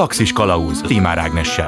Galaxis Kalauz Tímár Ágnessel.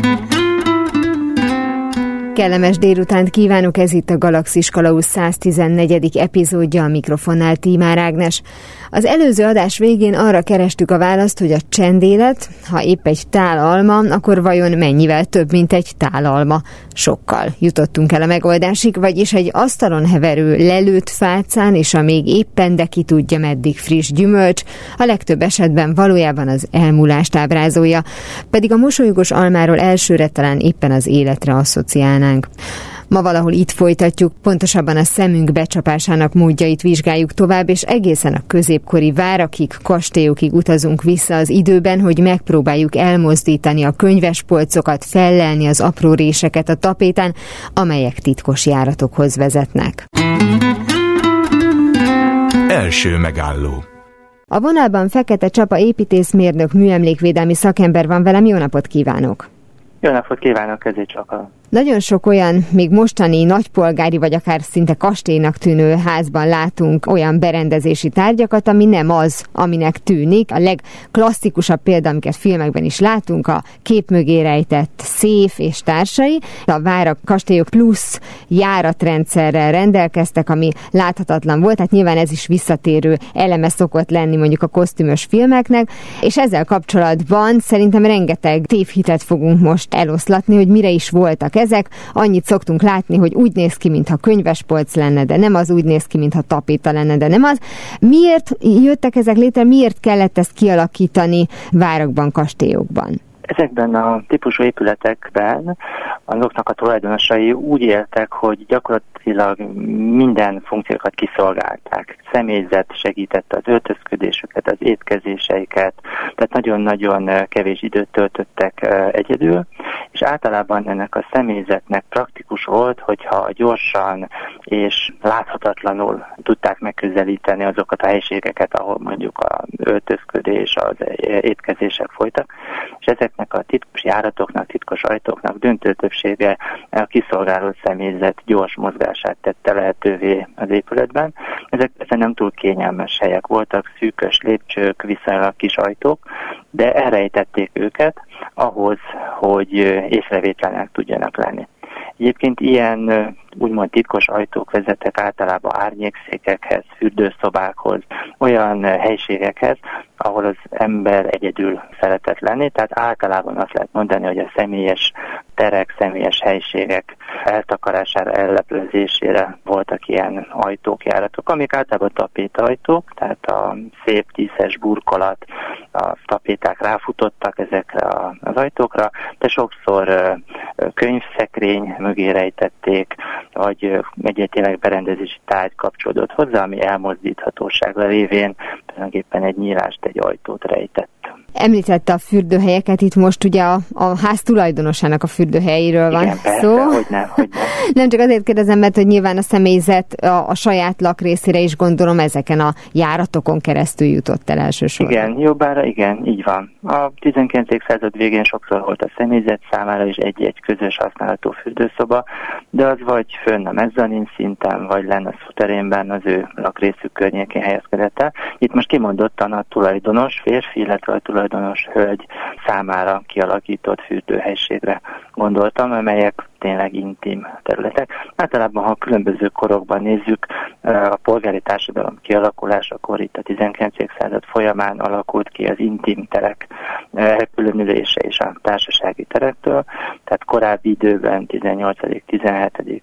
Kellemes délutánt kívánok, ez itt a Galaxis Kalauz 114. epizódja, a mikrofonnál Tímár Ágnes. Az előző adás végén arra kerestük a választ, hogy a csendélet, ha épp egy tál alma, akkor vajon mennyivel több, mint egy tál alma? Sokkal jutottunk el a megoldásig, vagyis egy asztalon heverő, lelőtt fácán, és a még éppen, de ki tudja meddig friss gyümölcs, a legtöbb esetben valójában az elmúlást ábrázolja, pedig a mosolygós almáról elsőre talán éppen az életre asszociálnánk. Ma valahol itt folytatjuk, pontosabban a szemünk becsapásának módjait vizsgáljuk tovább, és egészen a középkori várakig, kastélyokig utazunk vissza az időben, hogy megpróbáljuk elmozdítani a könyvespolcokat, fellelni az apró réseket a tapétán, amelyek titkos járatokhoz vezetnek. Első megálló. A vonalban Fekete Csaba építészmérnök, műemlékvédelmi szakember van velem, jó napot kívánok! Jó napot kívánok, ez Csaba. Nagyon sok olyan, még mostani nagypolgári, vagy akár szinte kastélynak tűnő házban látunk olyan berendezési tárgyakat, ami nem az, aminek tűnik. A legklasszikusabb példa, amiket filmekben is látunk, a kép mögé rejtett széf és társai. A várak, kastélyok plusz járatrendszerrel rendelkeztek, ami láthatatlan volt, tehát nyilván ez is visszatérő eleme szokott lenni mondjuk a kosztümös filmeknek, és ezzel kapcsolatban szerintem rengeteg tévhitet fogunk most eloszlatni, hogy mire is voltak ezek. Annyit szoktunk látni, hogy úgy néz ki, mintha könyvespolc lenne, de nem az, úgy néz ki, mintha tapéta lenne, de nem az. Miért jöttek ezek létre, miért kellett ezt kialakítani várakban, kastélyokban? Ezekben a típusú épületekben azoknak a tulajdonosai úgy éltek, hogy gyakorlatilag minden funkciókat kiszolgálták. Személyzet segítette az öltözködésüket, az étkezéseiket, tehát nagyon-nagyon kevés időt töltöttek egyedül, és általában ennek a személyzetnek praktikus volt, hogyha gyorsan és láthatatlanul tudták megközelíteni azokat a helységeket, ahol mondjuk az öltözködés, az étkezések folytak, és ezeknek a titkos járatoknak, titkos ajtóknak döntő többsége a kiszolgáló személyzet gyors mozgását tette lehetővé az épületben. Ezek nem túl kényelmes helyek voltak, szűkös lépcsők, viszonylag kis ajtók, de elrejtették őket ahhoz, hogy észrevétlenek tudjanak lenni. Egyébként ilyen úgymond titkos ajtók vezettek általában árnyékszékekhez, fürdőszobákhoz, olyan helységekhez, ahol az ember egyedül szeretett lenni, tehát általában azt lehet mondani, hogy a személyes terek, személyes helységek eltakarására, elleplezésére voltak ilyen ajtók, járatok, amik általában tapétaajtók, tehát a szép díszes burkolat, a tapéták ráfutottak ezekre az ajtókra, de sokszor könyvszekrény mögé rejtették, vagy egyetlenek berendezési tárgy kapcsolódott hozzá, ami elmozdíthatósága révén tulajdonképpen egy nyílást, egy ajtót rejtett. Említette a fürdőhelyeket, itt most ugye a ház tulajdonosának a fürdőhelyéről van szó. Hogyne. Nem csak azért kérdezem, mert hogy nyilván a személyzet a saját lakrészére is gondolom ezeken a járatokon keresztül jutott el elsősorban. Igen, jobbára igen, így van. A 19. század végén sokszor volt a személyzet számára is egy-egy közös használatú fürdőszoba, de az vagy fönn a mezzanin szinten, vagy lenne a szuterénben az ő lakrészük környékén helyezkedett el. Itt most kimondottan a tulajdonos férfi, illetve a tulajdonos hölgy számára kialakított fürdőhelységre gondoltam, amelyek tényleg intim területek. Általában, ha különböző korokban nézzük, a polgári társadalom kialakulásakor itt a 19. század folyamán alakult ki az intim terek elkülönülése és a társasági terektől, tehát korábbi időben, 18., 17.,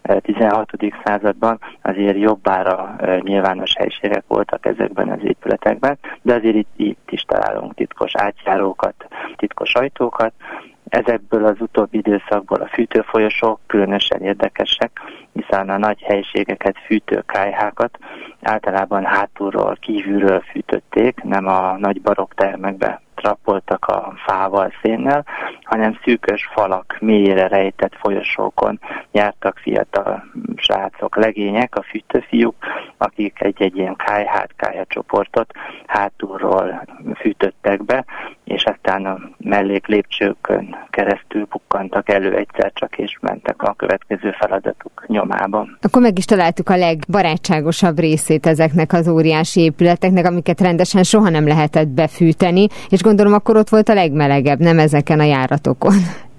16. században azért jobbára nyilvános helységek voltak ezekben az épületekben, de azért itt is találunk titkos átjárókat, titkos ajtókat. Ezekből az utóbbi időszakból a fűtőfolyosók különösen érdekesek, hiszen a nagy helységeket, fűtőkályhákat általában hátulról, kívülről fűtötték, nem a nagy barokk-termekbe trappoltak a fával, szénnel, hanem szűkös falak mélyére rejtett folyosókon jártak fiatal srácok, legények, a fűtőfiúk, akik egy ilyen kályhacsoportot hátulról fűtöttek be, és aztán a mellék lépcsőkön keresztül bukkantak elő egyszer csak, és mentek a következő feladatuk nyomában. Akkor meg is találtuk a legbarátságosabb részét ezeknek az óriási épületeknek, amiket rendesen soha nem lehetett befűteni, és gondolom akkor ott volt a legmelegebb, nem ezeken a járatokon?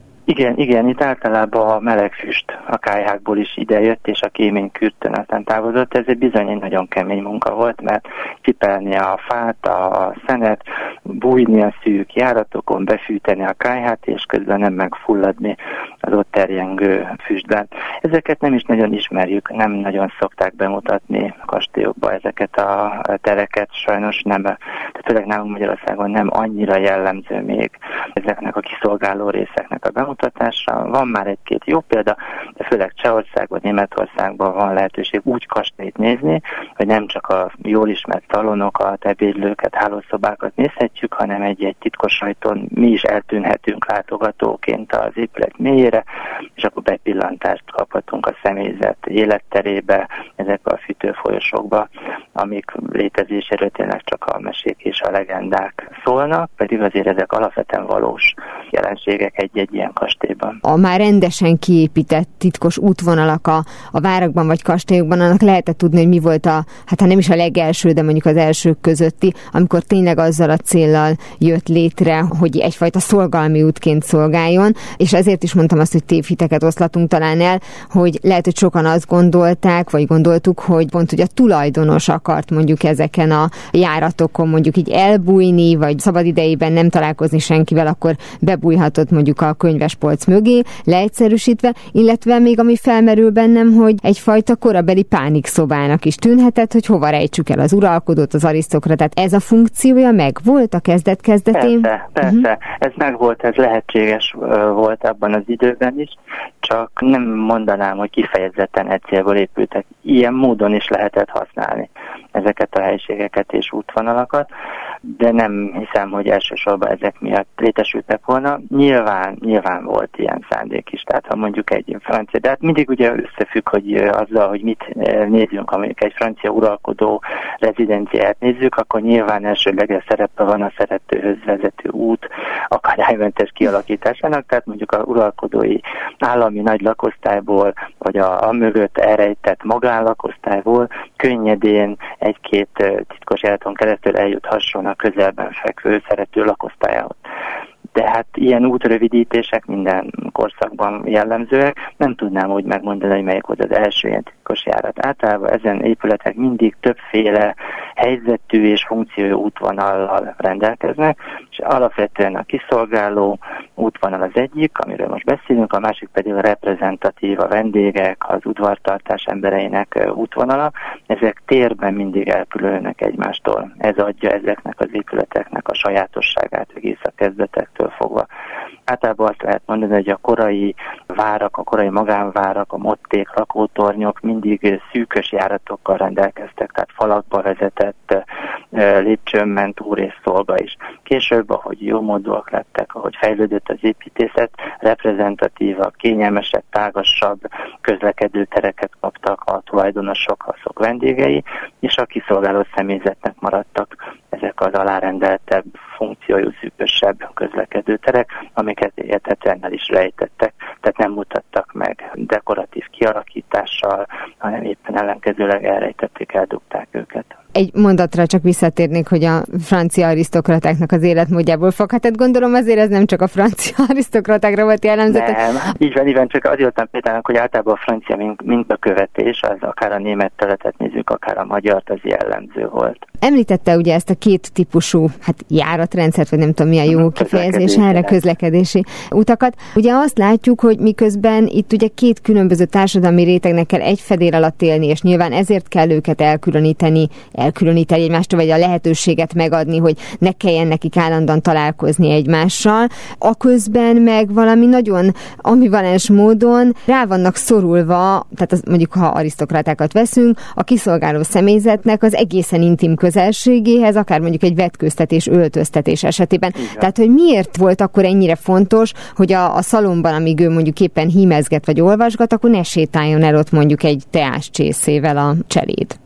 Igen, itt általában a meleg füst a kályhákból is idejött, és a kémény kürtön aztán távozott. Ez egy bizony egy nagyon kemény munka volt, mert cipelni a fát, a szenet, bújni a szűk járatokon, befűteni a kályhát, és közben nem megfulladni az ott terjengő füstben. Ezeket nem is nagyon ismerjük, nem nagyon szokták bemutatni a kastélyokba ezeket a tereket, sajnos nem, tehát főleg nálunk Magyarországon nem annyira jellemző még ezeknek a kiszolgáló részeknek a bemutatásra. Van már egy-két jó példa, de főleg Csehországban, Németországban van lehetőség úgy kastélyt nézni, hogy nem csak a jól ismert szalonokat, ebédlőket, hálószobákat nézhetjük, hanem egy-egy titkos ajtón mi is eltűnhetünk látogatóként az épület mélyére, és akkor bepillantást kaphatunk a személyzet életterébe, ezekbe a fűtőfolyosókba, amik létezéséről tényleg csak a mesék és a legendák szólnak, pedig azért ezek alapvetően valós jelenségek egy-egy ilyen kastélyban. A már rendesen kiépített titkos útvonalak a várakban vagy kastélyokban, annak lehetett tudni, hogy mi volt hát nem is a legelső, de mondjuk az elsők közötti, amikor tényleg azzal a céllal jött létre, hogy egyfajta szolgálmi útként szolgáljon, és ezért is mondtam azt, hogy tévhiteket oszlatunk talán el, hogy lehet, hogy sokan azt gondolták, vagy gondoltuk, hogy pont, hogy a tulajdonos akart mondjuk ezeken a járatokon mondjuk így elbújni, vagy szabad idejében nem találkozni senkivel, akkor bebújhatott mondjuk a könyvespolc mögé, leegyszerűsítve, illetve még ami felmerül bennem, hogy egyfajta korabeli pánikszobának is tűnhetett, hogy hova rejtsük el az uralkodót, az arisztokratát. Ez a funkciója megvolt a kezdet-kezdetén? Persze. Ez megvolt, ez lehetséges volt abban az időben is, csak nem mondanám, hogy kifejezetten egy célból épültek. Ilyen módon is lehetett használni ezeket a helységeket és útvonalakat, de nem hiszem, hogy elsősorban ezek miatt létesültek volna. Nyilván volt ilyen szándék is, tehát ha mondjuk egy francia, de hát mindig ugye összefügg, hogy azzal, hogy mit nézzünk, ha mondjuk egy francia uralkodó rezidenciát nézzük, akkor nyilván elsődleges szerepe van a szeretőhöz vezető út akadálymentes kialakításának, tehát mondjuk a uralkodói állami nagy lakosztályból, vagy a mögött elrejtett magánlakosztályból könnyedén egy-két titkos járaton keresztül eljuthasson a közelben fekvő szerető lakosztályához. De hát ilyen útrövidítések minden korszakban jellemzőek. Nem tudnám úgy megmondani, hogy melyik volt az első ilyen titkos járat. Általában ezen épületek mindig többféle helyzetű és funkciójú útvonallal rendelkeznek, és alapvetően a kiszolgáló útvonal az egyik, amiről most beszélünk, a másik pedig a reprezentatív, a vendégek, az udvartartás embereinek útvonala. Ezek térben mindig elkülönülnek egymástól. Ez adja ezeknek az épületeknek a sajátosságát egész a kezdetektől fogva. Általában azt lehet mondani, hogy a korai várak, a korai magánvárak, a motték, lakótornyok mindig szűkös járatokkal rendelkeztek, tehát falakba vezetett, lépcsőn ment úr és szolga is. Később, ahogy jómódúak lettek, ahogy fejlődött az építészet, reprezentatívabb, kényelmesebb, tágasabb közlekedő tereket kaptak a tulajdonosok, azok vendégei, és a kiszolgáló személyzetnek maradtak ezek az alárendeltebb, funkciójú, szűkösebb közlekedő terek, amiket érthetően el is rejtettek, tehát nem mutattak meg dekoratív kialakítással, hanem éppen ellenkezőleg elrejtették, eldugták őket. Egy mondatra csak visszatérnék, hogy a francia arisztokratáknak az életmódjából fakad. Gondolom azért ez nem csak a francia arisztokratákra volt jellemző. Nem, így van, csak azért voltam például, hogy általában a francia mintakövetés, az akár a német területet nézzük, akár a magyart, az jellemző volt. Említette ugye ezt a két típusú járatrendszert, vagy nem tudom mi a jó kifejezés erre, közlekedési utakat. Ugye azt látjuk, hogy miközben itt ugye két különböző társadalmi rétegnek kell egy fedél alatt élni, és nyilván ezért kell őket elkülöníteni egymástól, vagy a lehetőséget megadni, hogy ne kelljen nekik állandóan találkozni egymással. Aközben meg valami nagyon ambivalens módon rá vannak szorulva, tehát mondjuk ha arisztokratákat veszünk, a kiszolgáló személyzetnek az egészen intim közelségéhez, akár mondjuk egy vetkőztetés, öltöztetés esetében. Igen. Tehát, hogy miért volt akkor ennyire fontos, hogy a szalonban, amíg ő mondjuk éppen hímezget vagy olvasgat, akkor ne sétáljon el ott mondjuk egy teáscsészével a cseléd?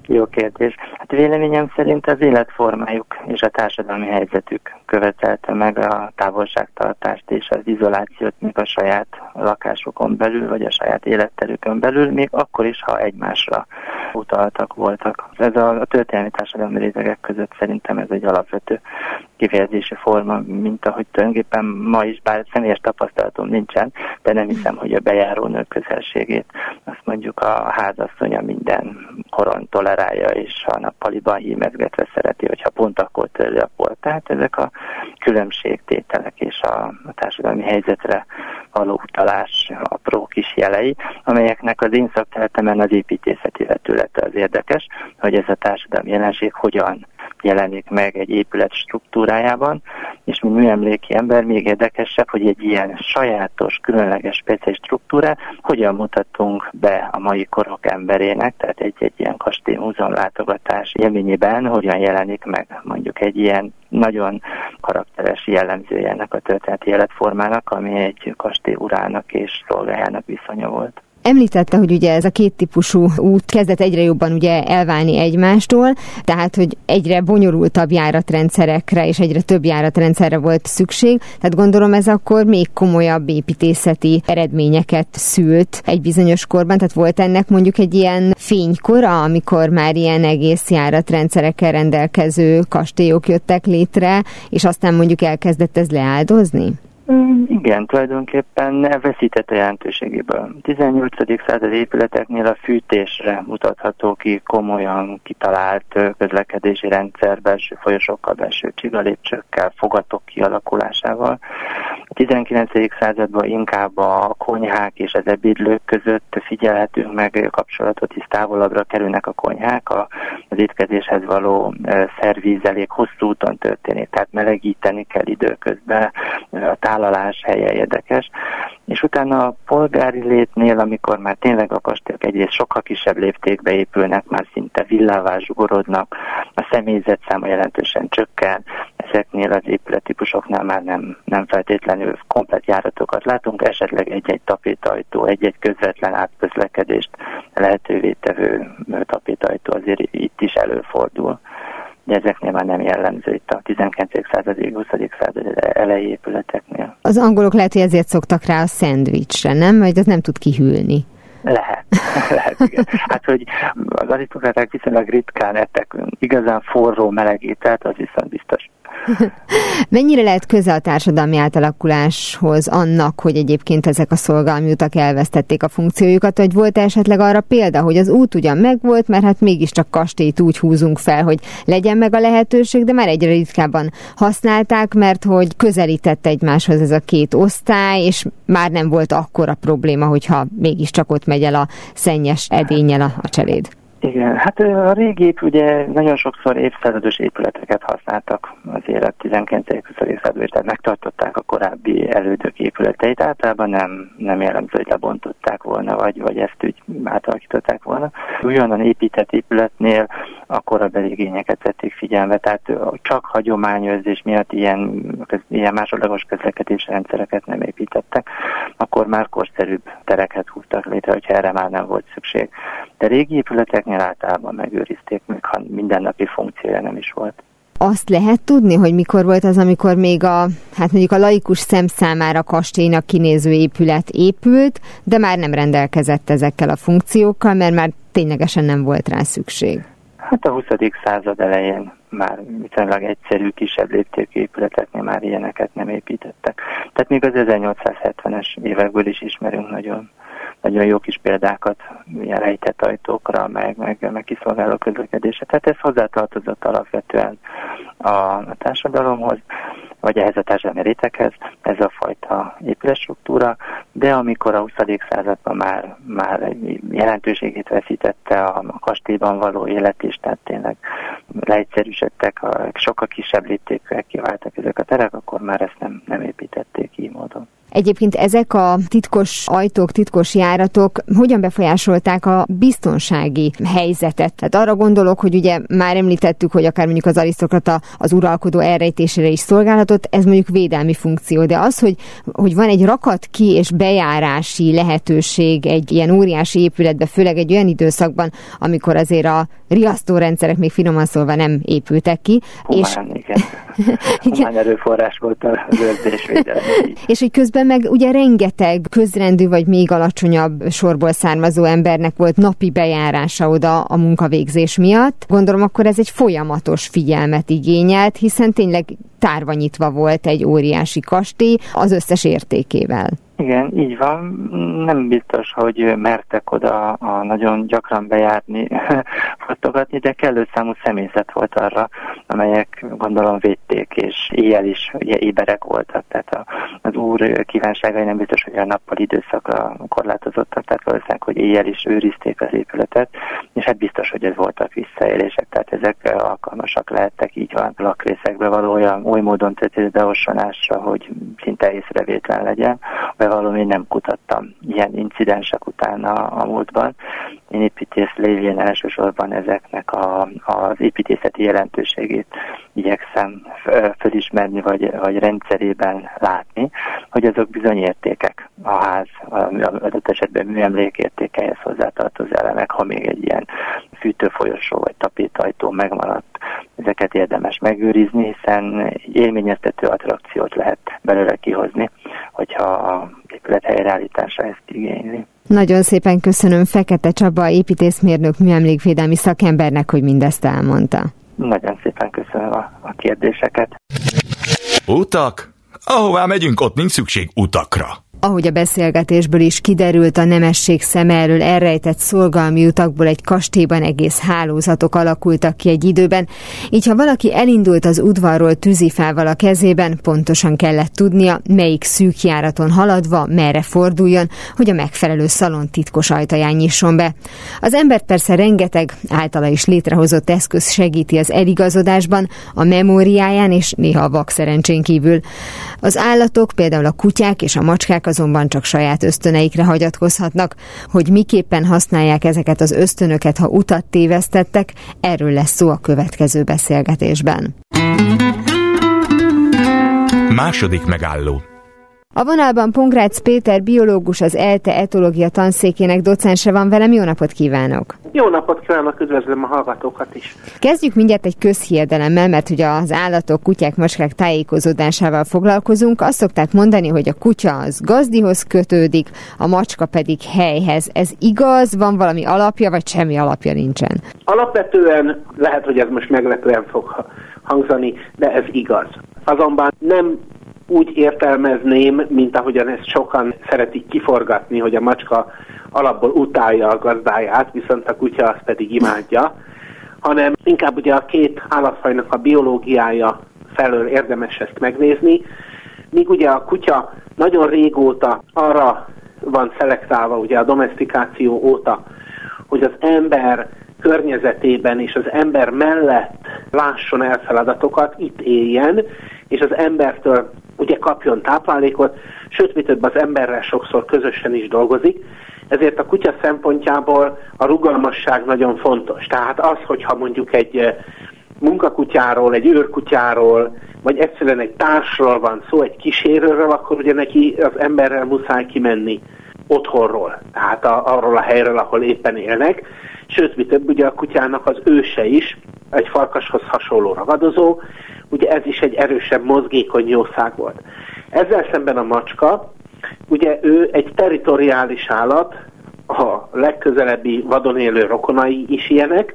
Jó kérdés. Hát véleményem szerint az életformájuk és a társadalmi helyzetük követelte meg a távolságtartást és az izolációt még a saját lakásukon belül, vagy a saját életterükön belül, még akkor is, ha egymásra utaltak voltak. Ez a történelmi társadalmi rétegek között szerintem ez egy alapvető kifejezési forma, mint ahogy tulajdonképpen ma is, bár személyes tapasztalatom nincsen, de nem hiszem, hogy a bejárónők közelségét azt mondjuk a házasszonya minden koron tolerálja, és a nappaliban hímezgetve szereti, hogyha pont akkor törli a polt. Tehát ezek a különbségtételek és a társadalmi helyzetre való utalás apró kis jelei, amelyeknek az én szakterületemen az építészeti vetülete az érdekes, hogy ez a társadalmi jelenség hogyan jelenik meg egy épület struktúrájában, és mint műemléki ember még érdekesebb, hogy egy ilyen sajátos, különleges, speciális struktúrát hogyan mutatunk be a mai korok emberének, tehát egy ilyen kastélymúzeum látogatás élményében hogyan jelenik meg mondjuk egy ilyen nagyon karakteres jellemzője ennek a történeti életformának, ami egy kastély urának és szolgájának viszonya volt. Említette, hogy ugye ez a két típusú út kezdett egyre jobban ugye elválni egymástól, tehát hogy egyre bonyolultabb járatrendszerekre és egyre több járatrendszerre volt szükség, tehát gondolom ez akkor még komolyabb építészeti eredményeket szült egy bizonyos korban, tehát volt ennek mondjuk egy ilyen fénykora, amikor már ilyen egész járatrendszerekkel rendelkező kastélyok jöttek létre, és aztán mondjuk elkezdett ez leáldozni? Igen, tulajdonképpen veszített a jelentőségéből. A 18. század épületeknél a fűtésre mutatható ki komolyan kitalált közlekedési rendszer, belső folyosókkal, belső csigalépcsőkkel, fogatok kialakulásával. A 19. században inkább a konyhák és az ebédlők között figyelhetünk meg kapcsolatot, hisz távolabbra kerülnek a konyhák, az étkezéshez való szervíz elég hosszú úton történik, tehát melegíteni kell időközben, a tálalás helye érdekes, és utána a polgári létnél, amikor már tényleg a kastélyok egyrészt sokkal kisebb léptékbe épülnek, már szinte villává zsugorodnak, a személyzet száma jelentősen csökken, ezeknél az épülettípusoknál már nem feltétlenül komplett járatokat látunk, esetleg egy-egy tapétajtó, egy-egy közvetlen átközlekedést lehetővé tevő tapétajtó azért itt is előfordul. De ezeknél már nem jellemző itt a 19. századi, 20. századi elejé épületeknél. Az angolok lehet, hogy ezért szoktak rá a szendvicsre, nem? Vagy az nem tud kihűlni. Lehet, igen. Hát, hogy az arisztokraták viszonylag ritkán ettek igazán forró meleg ételt, az viszont biztos. Mennyire lehet köze a társadalmi átalakuláshoz annak, hogy egyébként ezek a szolgálmi utak elvesztették a funkciójukat, vagy volt esetleg arra példa, hogy az út ugyan megvolt, mert hát mégiscsak kastélyt úgy húzunk fel, hogy legyen meg a lehetőség, de már egyre ritkábban használták, mert hogy közelített egymáshoz ez a két osztály, és már nem volt akkora probléma, hogyha mégiscsak ott megy el a szennyes edénnyel a cseléd. Igen, hát a régi ugye nagyon sokszor évszázados épületeket használtak azért a 19.-20. évszázadban, tehát megtartották a korábbi elődök épületeit, általában nem jellemző, hogy lebontották volna, vagy ezt úgy átalakították volna. Újonnan épített épületnél a korabeli igényeket vették figyelembe, tehát csak hagyományőrzés miatt ilyen másodlagos közlekedési rendszereket nem építettek, akkor már korszerűbb tereket húztak létre, hogyha erre már nem volt szükség. De régi épületeknél általában megőrizték, még ha mindennapi funkciója nem is volt. Azt lehet tudni, hogy mikor volt az, amikor még mondjuk a laikus szem számára kastélynak kinéző épület épült, de már nem rendelkezett ezekkel a funkciókkal, mert már ténylegesen nem volt rá szükség? Hát a 20. század elején már viszonylag egyszerű, kisebb léptékű épületeknél már ilyeneket nem építettek. Tehát még az 1870-es évekből is ismerünk nagyon jó kis példákat, ilyen rejtett ajtókra, meg kiszolgáló közlekedésre. Tehát ez hozzátartozott alapvetően a társadalomhoz, vagy ehhez a társadalmi réteghez, ez a fajta épületstruktúra, de amikor a 20. században már jelentőségét veszítette a kastélyban való élet is, tehát tényleg leegyszerűsödtek, sokkal kisebb léptékűek kiváltak ezek a terek, akkor már ezt nem építették így módon. Egyébként ezek a titkos ajtók, titkos járatok hogyan befolyásolták a biztonsági helyzetet? Tehát arra gondolok, hogy ugye már említettük, hogy akár mondjuk az arisztokrata az uralkodó elrejtésére is szolgálhatott, ez mondjuk védelmi funkció, de az, hogy van egy rakat-ki és bejárási lehetőség egy ilyen óriási épületbe, főleg egy olyan időszakban, amikor azért a riasztórendszerek még finoman szólva nem épültek ki. Humán erőforrás volt az őrzésvédelem. És hogy közben meg ugye rengeteg közrendű vagy még alacsonyabb sorból származó embernek volt napi bejárása oda a munkavégzés miatt. Gondolom, akkor ez egy folyamatos figyelmet igényelt, hiszen tényleg tárva nyitva volt egy óriási kastély az összes értékével. Igen, így van. Nem biztos, hogy mertek oda nagyon gyakran bejárni, fotogatni, de kellő számú személyzet volt arra, amelyek gondolom védték, és éjjel is ugye éberek voltak. Tehát az úr kívánságai nem biztos, hogy a nappal időszakra korlátozottak, tehát valószínűleg, hogy éjjel is őrizték az épületet, és hát biztos, hogy ez voltak visszaélések, tehát ezek alkalmasak lehettek, így van, lakrészekbe való oly módon történő beosonásra, hogy szinte észrevétlen legyen. Valami nem kutattam ilyen incidensek után a múltban. Én építész lévén elsősorban ezeknek az építészeti jelentőségét igyekszem fölismerni, vagy rendszerében látni, hogy azok bizony értékek a ház, adott esetben műemlékértékehez hozzátartozó elemek, ha még egy ilyen fűtőfolyosó vagy tapétajtó megmaradt, ezeket érdemes megőrizni, hiszen egy élményeztető attrakciót lehet belőle kihozni, hogyha a épület helyreállítása ezt igényli. Nagyon szépen köszönöm Fekete Csaba építészmérnök, műemlékvédelmi szakembernek, hogy mindezt elmondta. Nagyon szépen köszönöm a kérdéseket. Utak? Ahová megyünk, ott nincs szükség utakra. Ahogy a beszélgetésből is kiderült, a nemesség szeme elől elrejtett szolgalmi utakból egy kastélyban egész hálózatok alakultak ki egy időben, így ha valaki elindult az udvarról tűzifával a kezében, pontosan kellett tudnia, melyik szűk járaton haladva, merre forduljon, hogy a megfelelő szalon titkos ajtaján nyisson be. Az embert persze rengeteg általa is létrehozott eszköz segíti az eligazodásban, a memóriáján és néha a vakszerencsén kívül. Az állatok, például a kutyák és a macskák azonban csak saját ösztöneikre hagyatkozhatnak. Hogy miképpen használják ezeket az ösztönöket, ha utat tévesztettek, erről lesz szó a következő beszélgetésben. Második megálló. A vonalban Pongrácz Péter biológus, az ELTE etológia tanszékének docense van velem. Jó napot kívánok! Jó napot kívánok, üdvözlöm a hallgatókat is! Kezdjük mindjárt egy közhiedelemmel, mert ugye az állatok, kutyák, macskák tájékozódásával foglalkozunk. Azt szokták mondani, hogy a kutya az gazdihoz kötődik, a macska pedig helyhez. Ez igaz? Van valami alapja, vagy semmi alapja nincsen? Alapvetően lehet, hogy ez most meglepően fog hangzani, de ez igaz. Azonban nem úgy értelmezném, mint ahogyan ezt sokan szeretik kiforgatni, hogy a macska alapból utálja a gazdáját, viszont a kutya azt pedig imádja, hanem inkább ugye a két állatfajnak a biológiája felől érdemes ezt megnézni, míg ugye a kutya nagyon régóta arra van szelektálva, ugye a domesztikáció óta, hogy az ember környezetében és az ember mellett lásson el feladatokat, itt éljen, és az embertől ugye kapjon táplálékot, sőt, mi több, az emberrel sokszor közösen is dolgozik, ezért a kutya szempontjából a rugalmasság nagyon fontos. Tehát az, hogyha mondjuk egy munkakutyáról, egy őrkutyáról, vagy egyszerűen egy társról van szó, egy kísérőről, akkor ugye neki az emberrel muszáj kimenni otthonról, tehát arról a helyről, ahol éppen élnek. Sőt, mi több, ugye a kutyának az őse is, egy farkashoz hasonló ragadozó, ugye ez is egy erősebb, mozgékony jószág volt. Ezzel szemben a macska, ugye ő egy territoriális állat, a legközelebbi vadon élő rokonai is ilyenek,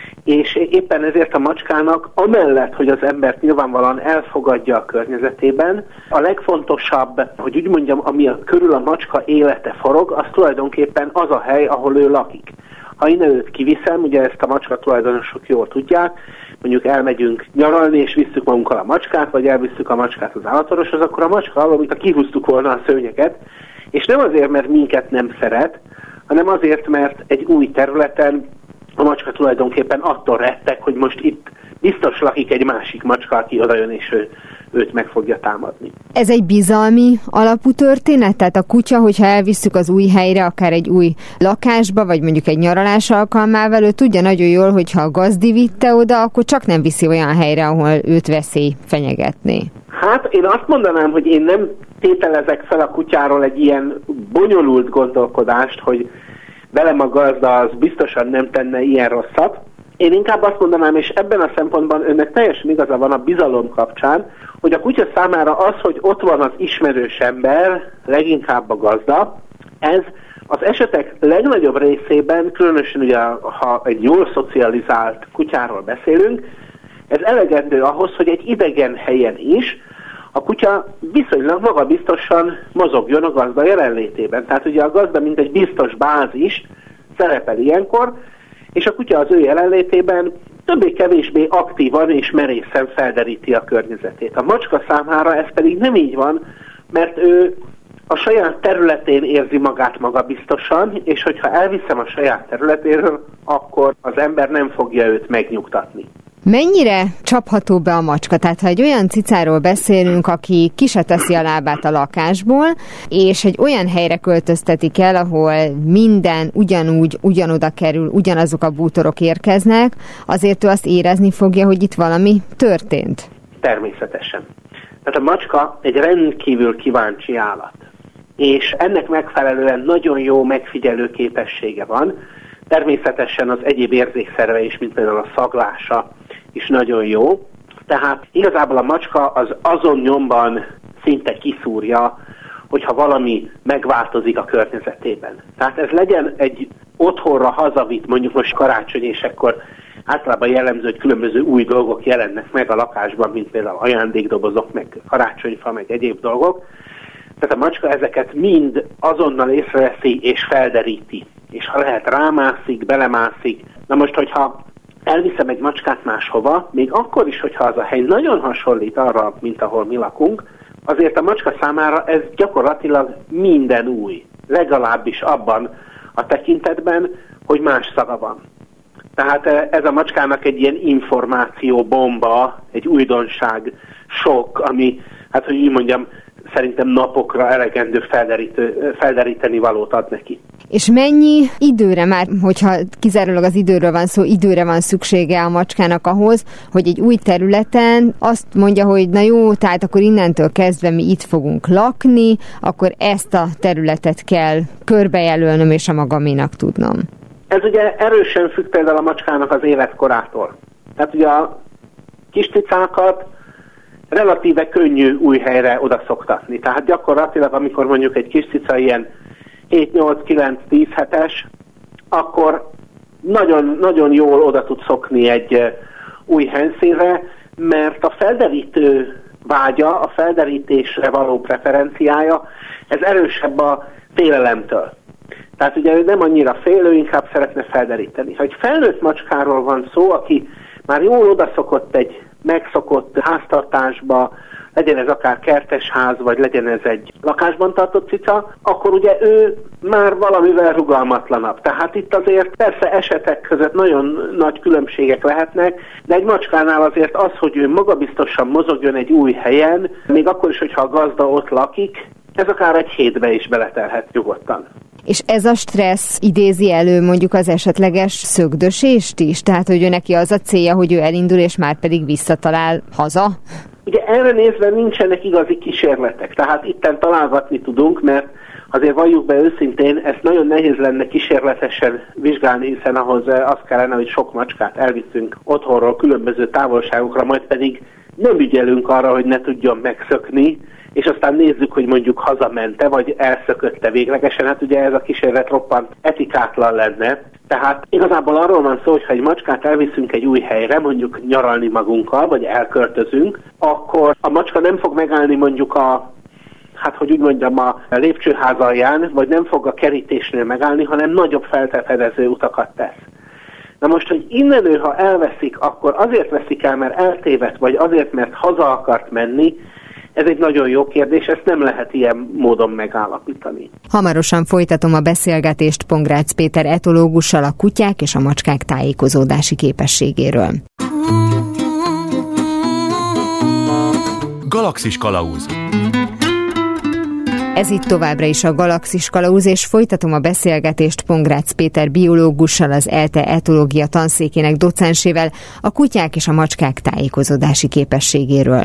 és éppen ezért a macskának, amellett, hogy az embert nyilvánvalóan elfogadja a környezetében, a legfontosabb, hogy úgy mondjam, ami körül a macska élete forog, az tulajdonképpen az a hely, ahol ő lakik. Ha innen őt kiviszem, ugye ezt a macska tulajdonosok jól tudják, mondjuk elmegyünk nyaralni, és visszük magunkkal a macskát, vagy elvisszük a macskát az állatorvoshoz, akkor a macska arról, mintha kihúztuk volna a szőnyeket, és nem azért, mert minket nem szeret, hanem azért, mert egy új területen a macska tulajdonképpen attól rettek, hogy most itt biztos lakik egy másik macska, aki odajön, és ő őt meg fogja támadni. Ez egy bizalmi alapú történet? Tehát a kutya, hogyha elvisszük az új helyre, akár egy új lakásba, vagy mondjuk egy nyaralás alkalmával, ő tudja nagyon jól, hogyha a gazdi vitte oda, akkor csak nem viszi olyan helyre, ahol őt veszély fenyegetné. Hát én azt mondanám, hogy én nem tételezek fel a kutyáról egy ilyen bonyolult gondolkodást, hogy velem a gazda az biztosan nem tenne ilyen rosszat. Én inkább azt mondanám, és ebben a szempontban önnek teljesen igaza van a bizalom kapcsán, hogy a kutya számára az, hogy ott van az ismerős ember, leginkább a gazda, ez az esetek legnagyobb részében, különösen ugye, ha egy jól szocializált kutyáról beszélünk, ez elegendő ahhoz, hogy egy idegen helyen is a kutya viszonylag magabiztosan mozogjon a gazda jelenlétében. Tehát ugye a gazda, mint egy biztos bázis szerepel ilyenkor, és a kutya az ő jelenlétében többé-kevésbé aktívan és merészen felderíti a környezetét. A macska számára ez pedig nem így van, mert ő a saját területén érzi magát magabiztosan, és hogyha elviszem a saját területéről, akkor az ember nem fogja őt megnyugtatni. Mennyire csapható be a macska? Tehát ha egy olyan cicáról beszélünk, aki ki se teszi a lábát a lakásból, és egy olyan helyre költöztetik el, ahol minden ugyanoda kerül, ugyanazok a bútorok érkeznek, azért ő azt érezni fogja, hogy itt valami történt? Természetesen. Tehát a macska egy rendkívül kíváncsi állat, és ennek megfelelően nagyon jó megfigyelő képessége van. Természetesen az egyéb érzékszerve is, mint például a szaglása is nagyon jó. Tehát igazából a macska az azon nyomban szinte kiszúrja, hogyha valami megváltozik a környezetében. Tehát ez legyen egy otthonra hazavitt, mondjuk most karácsony, és akkor általában jellemző, hogy különböző új dolgok jelennek meg a lakásban, mint például ajándékdobozok, meg karácsonyfa, meg egyéb dolgok. Tehát a macska ezeket mind azonnal észreveszi és felderíti. És ha lehet, rámászik, belemászik. Na most, hogyha elviszem egy macskát máshova, még akkor is, hogyha az a hely nagyon hasonlít arra, mint ahol mi lakunk, azért a macska számára ez gyakorlatilag minden új. Legalábbis abban a tekintetben, hogy más szaga van. Tehát ez a macskának egy ilyen információbomba, egy újdonság, sok, ami, hát hogy úgy mondjam, szerintem napokra elegendő felderíteni valót ad neki. És mennyi időre már, hogyha kizárólag az időről van szó, időre van szüksége a macskának ahhoz, hogy egy új területen azt mondja, hogy na jó, tehát akkor innentől kezdve mi itt fogunk lakni, akkor ezt a területet kell körbejelölnöm és a magaménak tudnom. Ez ugye erősen függ például a macskának az életkorától. Tehát ugye a kis cicákat relatíve könnyű új helyre odaszoktatni. Tehát gyakorlatilag, amikor mondjuk egy kis cica ilyen 7-8-9-10 hetes, akkor nagyon, nagyon jól oda tud szokni egy új helyszínre, mert a felderítő vágya, a felderítésre való preferenciája, ez erősebb a félelemtől. Tehát ugye ő nem annyira félő, inkább szeretne felderíteni. Ha egy felnőtt macskáról van szó, aki már jól odaszokott egy megszokott háztartásba, legyen ez akár kertesház, vagy legyen ez egy lakásban tartott cica, akkor ugye ő már valamivel rugalmatlanabb. Tehát itt azért persze esetek között nagyon nagy különbségek lehetnek, de egy macskánál azért az, hogy ő magabiztosan mozogjon egy új helyen, még akkor is, hogyha a gazda ott lakik, ez akár egy hétbe is beletelhet nyugodtan. És ez a stressz idézi elő mondjuk az esetleges szögdösést is? Tehát, hogy ő neki az a célja, hogy ő elindul, és már pedig visszatalál haza? Ugye erre nézve nincsenek igazi kísérletek, tehát itten találgatni tudunk, mert azért valljuk be őszintén, ezt nagyon nehéz lenne kísérletesen vizsgálni, hiszen ahhoz az kellene, hogy sok macskát elviszünk otthonról különböző távolságokra, majd pedig nem ügyelünk arra, hogy ne tudjon megszökni, és aztán nézzük, hogy mondjuk hazamente, vagy elszökötte véglegesen, hát ugye ez a kísérlet roppant etikátlan lenne. Tehát igazából arról van szó, hogy ha egy macskát elviszünk egy új helyre, mondjuk nyaralni magunkkal, vagy elköltözünk, akkor a macska nem fog megállni mondjuk a lépcsőház alján, vagy nem fog a kerítésnél megállni, hanem nagyobb feltefedező utakat tesz. Na most, hogy innen ő, ha elveszik, akkor azért veszik el, mert eltévedt, vagy azért, mert haza akart menni, ez egy nagyon jó kérdés, ezt nem lehet ilyen módon megállapítani. Hamarosan folytatom a beszélgetést Pongrácz Péter etológussal a kutyák és a macskák tájékozódási képességéről. Galaxis Kalauz. Ez itt továbbra is a Galaxis Kalauz, és folytatom a beszélgetést Pongrácz Péter biológussal, az ELTE etológia tanszékének docensével a kutyák és a macskák tájékozódási képességéről.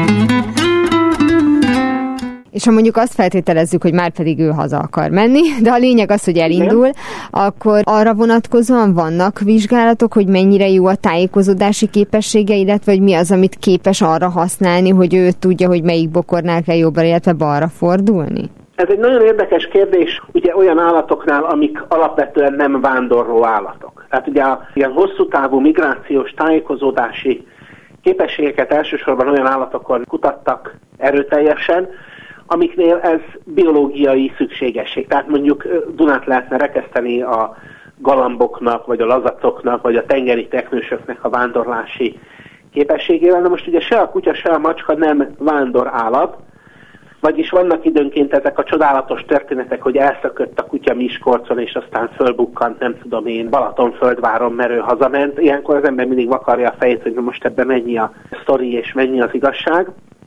És ha mondjuk azt feltételezzük, hogy már pedig ő haza akar menni, de a lényeg az, hogy elindul, akkor arra vonatkozóan vannak vizsgálatok, hogy mennyire jó a tájékozódási képessége, illetve hogy mi az, amit képes arra használni, hogy ő tudja, hogy melyik bokornál kell jobbra, illetve balra fordulni? Ez egy nagyon érdekes kérdés, ugye olyan állatoknál, amik alapvetően nem vándorló állatok. Tehát ugye ilyen hosszú távú migrációs tájékozódási képességeket elsősorban olyan állatokon kutattak erőteljesen, amiknél ez biológiai szükségesség. Tehát mondjuk Dunát lehetne rekeszteni a galamboknak, vagy a lazacoknak, vagy a tengeri teknősöknek a vándorlási képességével. Na most ugye se a kutya, se a macska nem vándorállat, vagyis vannak időnként ezek a csodálatos történetek, hogy elszökött a kutya Miskolcon, és aztán fölbukkant, nem tudom én, Balatonföldváron, mert ő hazament. Ilyenkor az ember mindig vakarja a fejét, hogy most ebben mennyi a sztori és mennyi az igazság.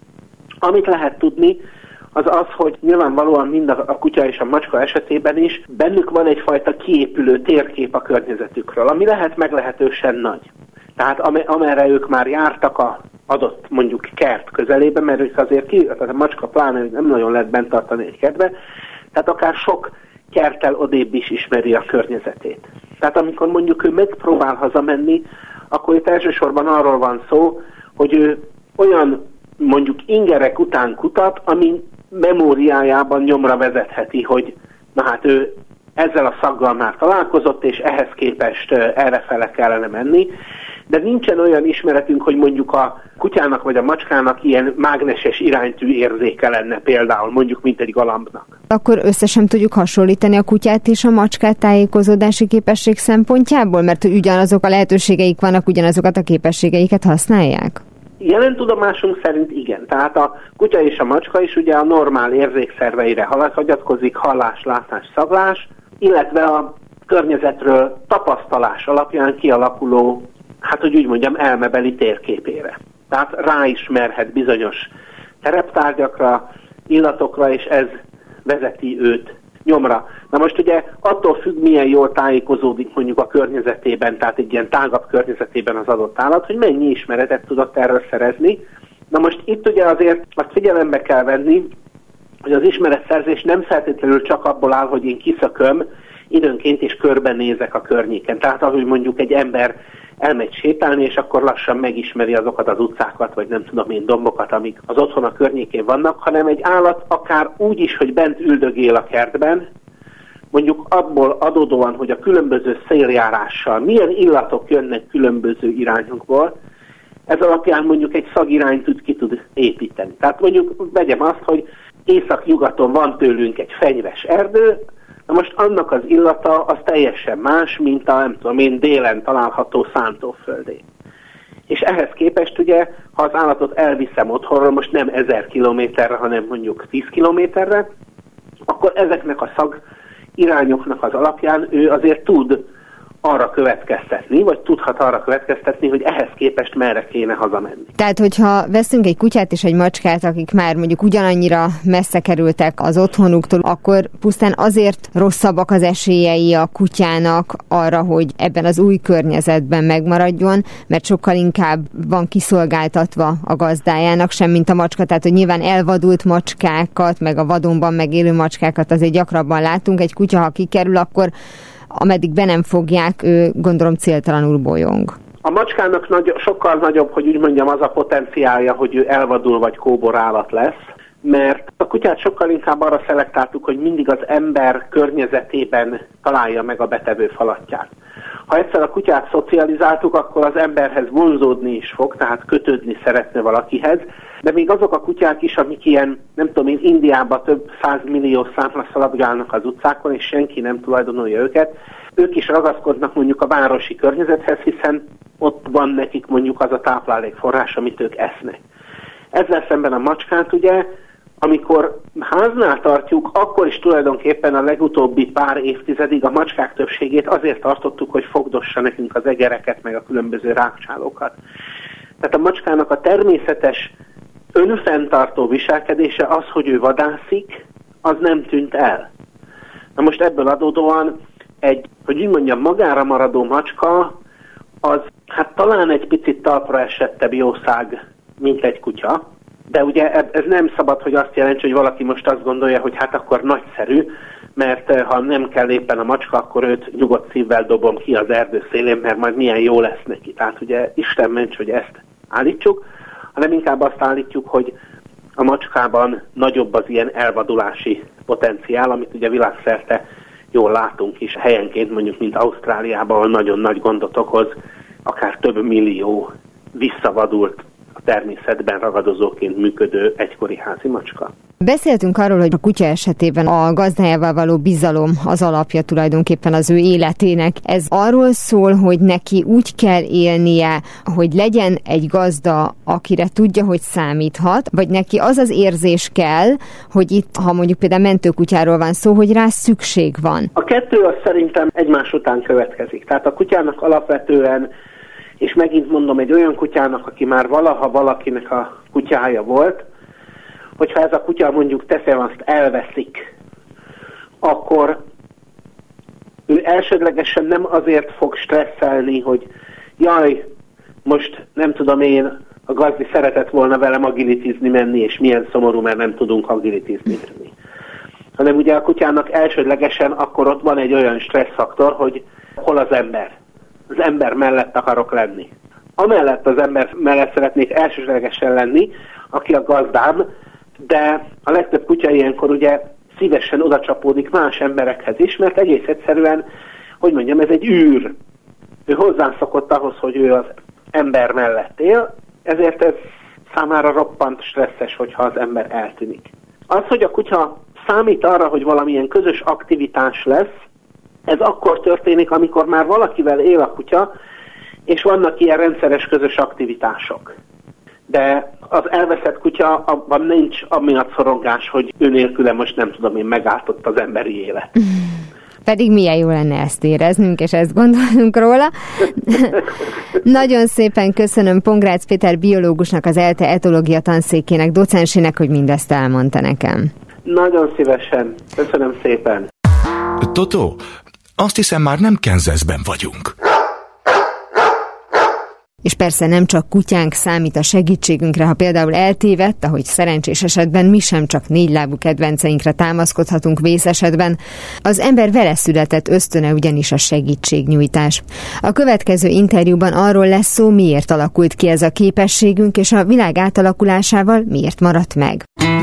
Amit lehet tudni, az, hogy nyilvánvalóan mind a kutya és a macska esetében is bennük van egyfajta kiépülő térkép a környezetükről, ami lehet meglehetősen nagy. Tehát amerre ők már jártak a adott mondjuk kert közelében, mert ők azért tehát a macska pláne nem nagyon lehet bent tartani egy kertbe, tehát akár sok kerttel odébb is ismeri a környezetét. Tehát amikor mondjuk ő megpróbál hazamenni, akkor itt elsősorban arról van szó, hogy ő olyan mondjuk ingerek után kutat, ami memóriájában nyomra vezetheti, hogy na hát ő ezzel a szaggal már találkozott, és ehhez képest errefele kellene menni. De nincsen olyan ismeretünk, hogy mondjuk a kutyának vagy a macskának ilyen mágneses iránytű érzéke lenne például, mondjuk mint egy galambnak. Akkor össze sem tudjuk hasonlítani a kutyát és a macskát tájékozódási képesség szempontjából, mert ugyanazok a lehetőségeik vannak, ugyanazokat a képességeiket használják? Jelen tudomásunk szerint igen. Tehát a kutya és a macska is ugye a normál érzékszerveire hagyatkozik, hallás, látás, szaglás, illetve a környezetről tapasztalás alapján kialakuló, hát hogy úgy mondjam, elmebeli térképére. Tehát ráismerhet bizonyos tereptárgyakra, illatokra, és ez vezeti őt nyomra. Na most ugye attól függ, milyen jól tájékozódik mondjuk a környezetében, tehát egy ilyen tágabb környezetében az adott állat, hogy mennyi ismeretet tudott erről szerezni. Na most itt ugye azért azt figyelembe kell venni, hogy az ismeretszerzés nem feltétlenül csak abból áll, hogy én kiszököm időnként és körbenézek a környéken. Tehát ahogy mondjuk egy ember elmegy sétálni, és akkor lassan megismeri azokat az utcákat, vagy nem tudom én dombokat, amik az otthona környékén vannak, hanem egy állat akár úgy is, hogy bent üldögél a kertben, mondjuk abból adódóan, hogy a különböző széljárással milyen illatok jönnek különböző irányokból, ez alapján mondjuk egy szagirányt ki tud építeni. Tehát mondjuk vegyem azt, hogy észak-nyugaton van tőlünk egy fenyves erdő, na most annak az illata az teljesen más, mint a, nem tudom én, délen található szántóföldé. És ehhez képest ugye, ha az állatot elviszem otthonra, most nem 1000 kilométerre, hanem mondjuk 10 kilométerre, akkor ezeknek a szag irányoknak az alapján ő azért tud arra következtetni, vagy tudhat arra következtetni, hogy ehhez képest merre kéne hazamenni. Tehát, hogyha veszünk egy kutyát és egy macskát, akik már mondjuk ugyanannyira messze kerültek az otthonuktól, akkor pusztán azért rosszabbak az esélyei a kutyának arra, hogy ebben az új környezetben megmaradjon, mert sokkal inkább van kiszolgáltatva a gazdájának, sem mint a macska. Tehát, hogy nyilván elvadult macskákat, meg a vadonban megélő macskákat azért gyakrabban látunk. Egy kutya, ha kikerül, akkor ameddig be nem fogják, ő gondolom céltalanul bolyong. A macskának sokkal nagyobb, hogy úgy mondjam, az a potenciálja, hogy ő elvadul vagy kóborállat lesz, mert a kutyát sokkal inkább arra szelektáltuk, hogy mindig az ember környezetében találja meg a betevő falatját. Ha egyszer a kutyát szocializáltuk, akkor az emberhez vonzódni is fog, tehát kötődni szeretne valakihez, de még azok a kutyák is, amik ilyen, nem tudom én, Indiában több 100 millió számra szaladgálnak az utcákon, és senki nem tulajdonolja őket, ők is ragaszkodnak mondjuk a városi környezethez, hiszen ott van nekik mondjuk az a táplálékforrás, amit ők esznek. Ezzel szemben a macskát ugye, amikor háznál tartjuk, akkor is tulajdonképpen a legutóbbi pár évtizedig a macskák többségét azért tartottuk, hogy fogdossa nekünk az egereket, meg a különböző rákcsálókat. Tehát a macskának a természetes önfenntartó viselkedése, az, hogy ő vadászik, az nem tűnt el. Na most ebből adódóan hogy úgy mondjam, magára maradó macska, az hát talán egy picit talpra esettebb jószág, mint egy kutya, de ugye ez nem szabad, hogy azt jelentse, hogy valaki most azt gondolja, hogy hát akkor nagyszerű, mert ha nem kell éppen a macska, akkor őt nyugodt szívvel dobom ki az erdő szélén, mert majd milyen jó lesz neki. Tehát ugye Isten ments, hogy ezt állítsuk, hanem inkább azt állítjuk, hogy a macskában nagyobb az ilyen elvadulási potenciál, amit ugye világszerte jól látunk is helyenként, mondjuk mint Ausztráliában, ahol nagyon nagy gondot okoz, akár több millió visszavadult a természetben ragadozóként működő egykori házi macska. Beszéltünk arról, hogy a kutya esetében a gazdájával való bizalom az alapja tulajdonképpen az ő életének. Ez arról szól, hogy neki úgy kell élnie, hogy legyen egy gazda, akire tudja, hogy számíthat, vagy neki az az érzés kell, hogy itt, ha mondjuk például mentőkutyáról van szó, hogy rá szükség van. A kettő az szerintem egymás után következik. Tehát a kutyának alapvetően, és megint mondom, egy olyan kutyának, aki már valaha valakinek a kutyája volt, hogyha ez a kutya mondjuk teszem azt elveszik, akkor ő elsődlegesen nem azért fog stresszelni, hogy jaj, most nem tudom én, a gazdi szeretett volna velem agilitizni menni, és milyen szomorú, mert nem tudunk agilitizni menni. Hanem ugye a kutyának elsődlegesen akkor ott van egy olyan stresszfaktor, hogy hol az ember. Az ember mellett akarok lenni. Amellett az ember mellett szeretnék elsődlegesen lenni, aki a gazdám, de a legtöbb kutya ilyenkor ugye szívesen odacsapódik más emberekhez is, mert egész egyszerűen, hogy mondjam, ez egy űr. Ő hozzászokott ahhoz, hogy ő az ember mellett él, ezért ez számára roppant stresszes, hogyha az ember eltűnik. Az, hogy a kutya számít arra, hogy valamilyen közös aktivitás lesz, ez akkor történik, amikor már valakivel él a kutya, és vannak ilyen rendszeres közös aktivitások. De az elveszett kutya, abban nincs amiatt szorongás, hogy ő nélküle most nem tudom én megáltott az emberi élet. Pedig milyen jó lenne ezt éreznünk, és ezt gondolnunk róla. Nagyon szépen köszönöm Pongrácz Péter biológusnak, az ELTE etológia tanszékének docensének, hogy mindezt elmondta nekem. Nagyon szívesen. Köszönöm szépen. Totó, azt hiszem már nem Kansasben vagyunk. És persze nem csak kutyánk számít a segítségünkre, ha például eltévedt, ahogy szerencsés esetben mi sem csak négylábú kedvenceinkre támaszkodhatunk vészesetben. Az ember vele született ösztöne ugyanis a segítségnyújtás. A következő interjúban arról lesz szó, miért alakult ki ez a képességünk, és a világ átalakulásával miért maradt meg.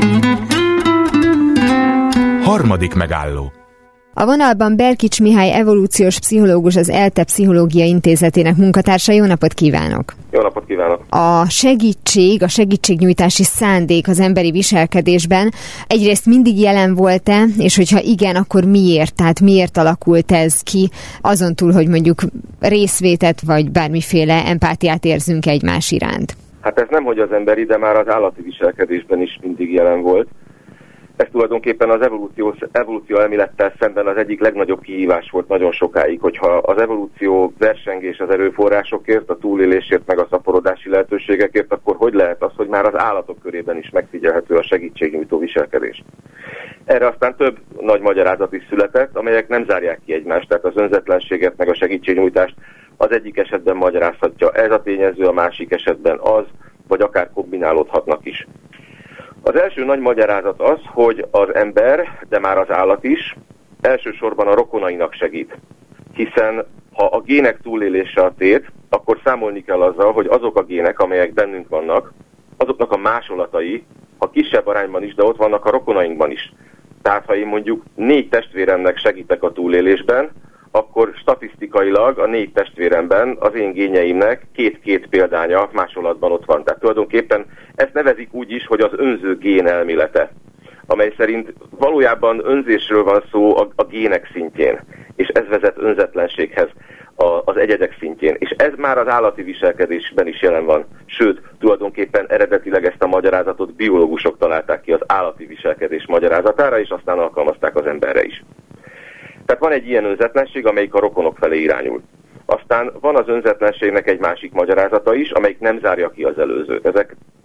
Harmadik megálló. A vonalban Berkics Mihály evolúciós pszichológus, az ELTE Pszichológia Intézetének munkatársa. Jó napot kívánok! Jó napot kívánok! A segítségnyújtási szándék az emberi viselkedésben egyrészt mindig jelen volt-e, és hogyha igen, akkor miért? Tehát miért alakult ez ki, azon túl, hogy mondjuk részvétet vagy bármiféle empátiát érzünk egymás iránt? Hát ez nemhogy az emberi, de már az állati viselkedésben is mindig jelen volt. Ez tulajdonképpen az evolúció elmélettel szemben az egyik legnagyobb kihívás volt nagyon sokáig, hogyha az evolúció versengés az erőforrásokért, a túlélésért, meg a szaporodási lehetőségekért, akkor hogy lehet az, hogy már az állatok körében is megfigyelhető a segítségnyújtó viselkedés. Erre aztán több nagy magyarázat is született, amelyek nem zárják ki egymást, tehát az önzetlenséget, meg a segítségnyújtást az egyik esetben magyarázhatja ez a tényező, a másik esetben az, vagy akár kombinálódhatnak is. Az első nagy magyarázat az, hogy az ember, de már az állat is, elsősorban a rokonainak segít. Hiszen ha a gének túlélése a tét, akkor számolni kell azzal, hogy azok a gének, amelyek bennünk vannak, azoknak a másolatai, ha kisebb arányban is, de ott vannak a rokonainkban is. Tehát ha én mondjuk 4 testvéremnek segítek a túlélésben, akkor statisztikailag a 4 testvéremben az én génjeimnek 2 példánya másolatban ott van. Tehát tulajdonképpen ezt nevezik úgy is, hogy az önző gén elmélete, amely szerint valójában önzésről van szó a gének szintjén, és ez vezet önzetlenséghez az egyedek szintjén. És ez már az állati viselkedésben is jelen van. Sőt, tulajdonképpen eredetileg ezt a magyarázatot biológusok találták ki az állati viselkedés magyarázatára, és aztán alkalmazták az emberre is. Tehát van egy ilyen önzetlenség, amelyik a rokonok felé irányul. Aztán van az önzetlenségnek egy másik magyarázata is, amelyik nem zárja ki az előzőt. Ezek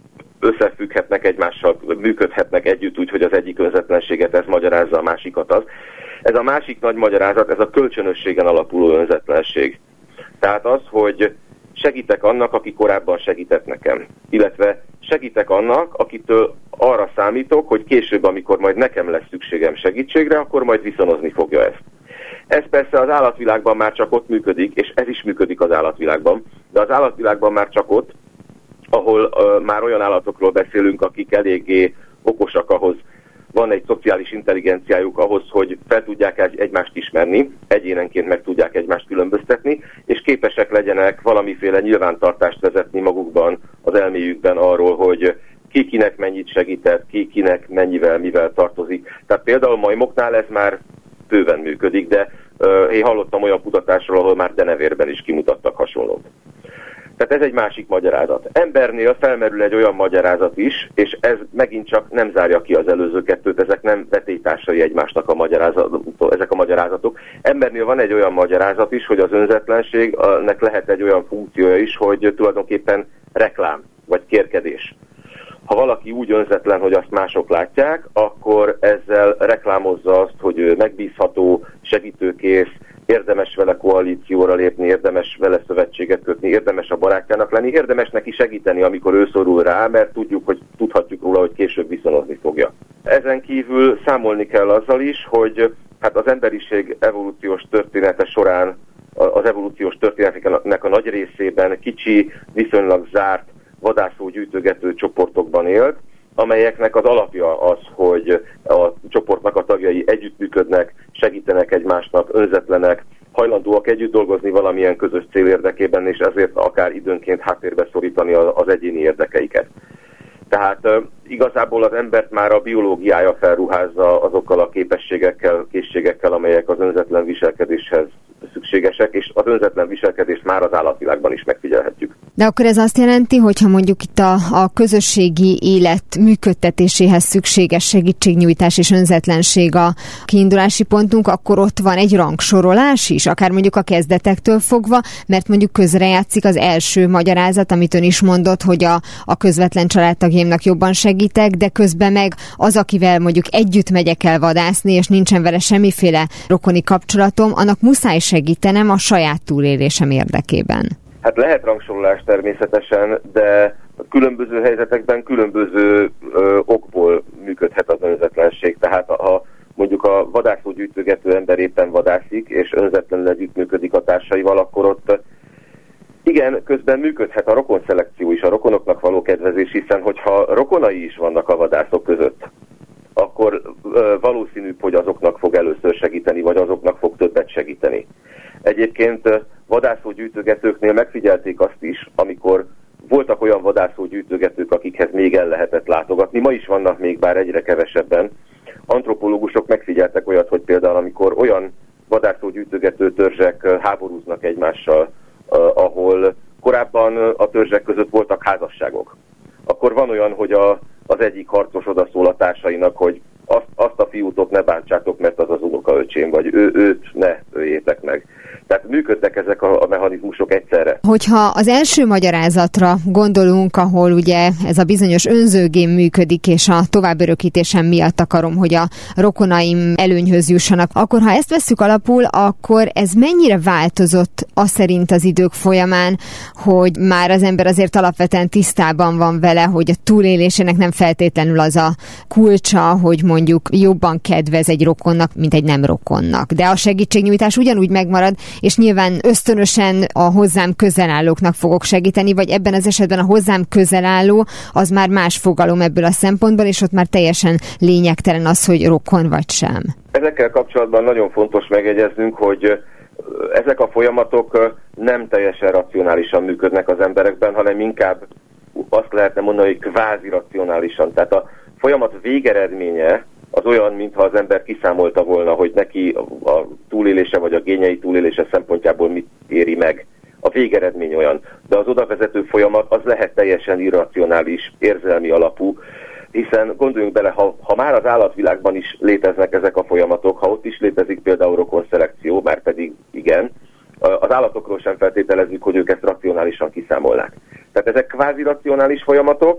összefügghetnek egymással, működhetnek együtt úgy, hogy az egyik önzetlenséget ez magyarázza, a másikat az. Ez a másik nagy magyarázat, ez a kölcsönösségen alapuló önzetlenség. Tehát az, hogy segítek annak, aki korábban segített nekem. Illetve segítek annak, akitől arra számítok, hogy később, amikor majd nekem lesz szükségem segítségre, akkor majd viszonozni fogja ezt. Ez persze az állatvilágban már csak ott működik, és ez is működik az állatvilágban, de az állatvilágban már csak ott, ahol már olyan állatokról beszélünk, akik eléggé okosak ahhoz, van egy szociális intelligenciájuk ahhoz, hogy fel tudják egymást ismerni, egyénenként meg tudják egymást különböztetni, és képesek legyenek valamiféle nyilvántartást vezetni magukban, az elméjükben arról, hogy ki kinek mennyit segített, ki kinek mennyivel, mivel tartozik. Tehát például majmoknál ez már bőven működik, de én hallottam olyan kutatásról, ahol már denevérben is kimutattak hasonlót. Tehát ez egy másik magyarázat. Embernél felmerül egy olyan magyarázat is, és ez megint csak nem zárja ki az előző kettőt, ezek nem vetélytársai egymásnak ezek a magyarázatok. Embernél van egy olyan magyarázat is, hogy az önzetlenségnek lehet egy olyan funkciója is, hogy tulajdonképpen reklám, vagy kérkedés. Ha valaki úgy önzetlen, hogy azt mások látják, akkor ezzel reklámozza azt, hogy ő megbízható, segítőkész, érdemes vele koalícióra lépni, érdemes vele szövetséget kötni, érdemes a barátjának lenni, érdemes neki segíteni, amikor ő szorul rá, mert tudhatjuk róla, hogy később viszonozni fogja. Ezen kívül számolni kell azzal is, hogy hát az emberiség evolúciós története során, az evolúciós történeteknek a nagy részében kicsi, viszonylag zárt, vadászó-gyűjtögető csoportokban élt, amelyeknek az alapja az, hogy a csoportnak a tagjai együttműködnek, segítenek egymásnak, önzetlenek, hajlandóak együtt dolgozni valamilyen közös cél érdekében, és ezért akár időnként háttérbe szorítani az egyéni érdekeiket. Tehát igazából az embert már a biológiája felruházza azokkal a képességekkel, készségekkel, amelyek az önzetlen viselkedéshez szükségesek, és az önzetlen viselkedést már az állatvilágban is megfigyelhetjük. De akkor ez azt jelenti, hogyha mondjuk itt a közösségi élet működtetéséhez szükséges segítségnyújtás és önzetlenség a kiindulási pontunk, akkor ott van egy rangsorolás is, akár mondjuk a kezdetektől fogva, mert mondjuk közrejátszik az első magyarázat, amit ön is mondott, hogy a közvetlen családtagjaimnak jobban segítek, de közben meg az, akivel mondjuk együtt megyek el vadászni, és nincsen vele semmiféle rokoni kapcsolatom, annak muszáj segítenem a saját túlélésem érdekében. Hát lehet rangsorolás természetesen, de különböző helyzetekben különböző okból működhet az önzetlenség. Tehát ha mondjuk a vadászó-gyűjtögető ember éppen vadászik, és önzetlenül együttműködik a társaival, akkor ott igen, közben működhet a rokonszelekció is, a rokonoknak való kedvezés, hiszen hogyha rokonai is vannak a vadászok között, akkor valószínűbb, hogy azoknak fog először segíteni, vagy azoknak fog többet segíteni. Egyébként vadászó-gyűjtögetőknél megfigyelték azt is, amikor voltak olyan vadászó-gyűjtögetők, akikhez még el lehetett látogatni, ma is vannak még, bár egyre kevesebben. Antropológusok megfigyeltek olyat, hogy például amikor olyan vadászó-gyűjtögető törzsek háborúznak egymással, ahol korábban a törzsek között voltak házasságok, akkor van olyan, hogy az egyik harcos odaszól a társainak, hogy azt a fiút ott ne bántsátok, mert az az unokaöcsém, vagy őt ne öljétek meg. Tehát működnek ezek a mechanizmusok egyszerre. Hogyha az első magyarázatra gondolunk, ahol ugye ez a bizonyos önzőgém működik, és a továbbörökítésem miatt akarom, hogy a rokonaim előnyhöz jussanak, akkor ha ezt vesszük alapul, akkor ez mennyire változott az szerint az idők folyamán, hogy már az ember azért alapvetően tisztában van vele, hogy a túlélésének nem feltétlenül az a kulcsa, hogy mondjuk jobban kedvez egy rokonnak, mint egy nem rokonnak. De a segítségnyújtás ugyanúgy megmarad, és nyilván ösztönösen a hozzám közel állóknak fogok segíteni, vagy ebben az esetben a hozzám közel álló az már más fogalom ebből a szempontból, és ott már teljesen lényegtelen az, hogy rokon vagy sem. Ezekkel kapcsolatban nagyon fontos megjegyeznünk, hogy ezek a folyamatok nem teljesen racionálisan működnek az emberekben, hanem inkább azt lehetne mondani, hogy kvázi racionálisan. Tehát a folyamat végeredménye az olyan, mintha az ember kiszámolta volna, hogy neki a túlélése vagy a génjei túlélése szempontjából mit éri meg. A végeredmény olyan. De az odavezető folyamat az lehet teljesen irracionális, érzelmi alapú, hiszen gondoljunk bele, ha már az állatvilágban is léteznek ezek a folyamatok, ha ott is létezik például rokonszelekció, már pedig igen, az állatokról sem feltételezzük, hogy ők ezt racionálisan kiszámolnák. Tehát ezek kvázi racionális folyamatok,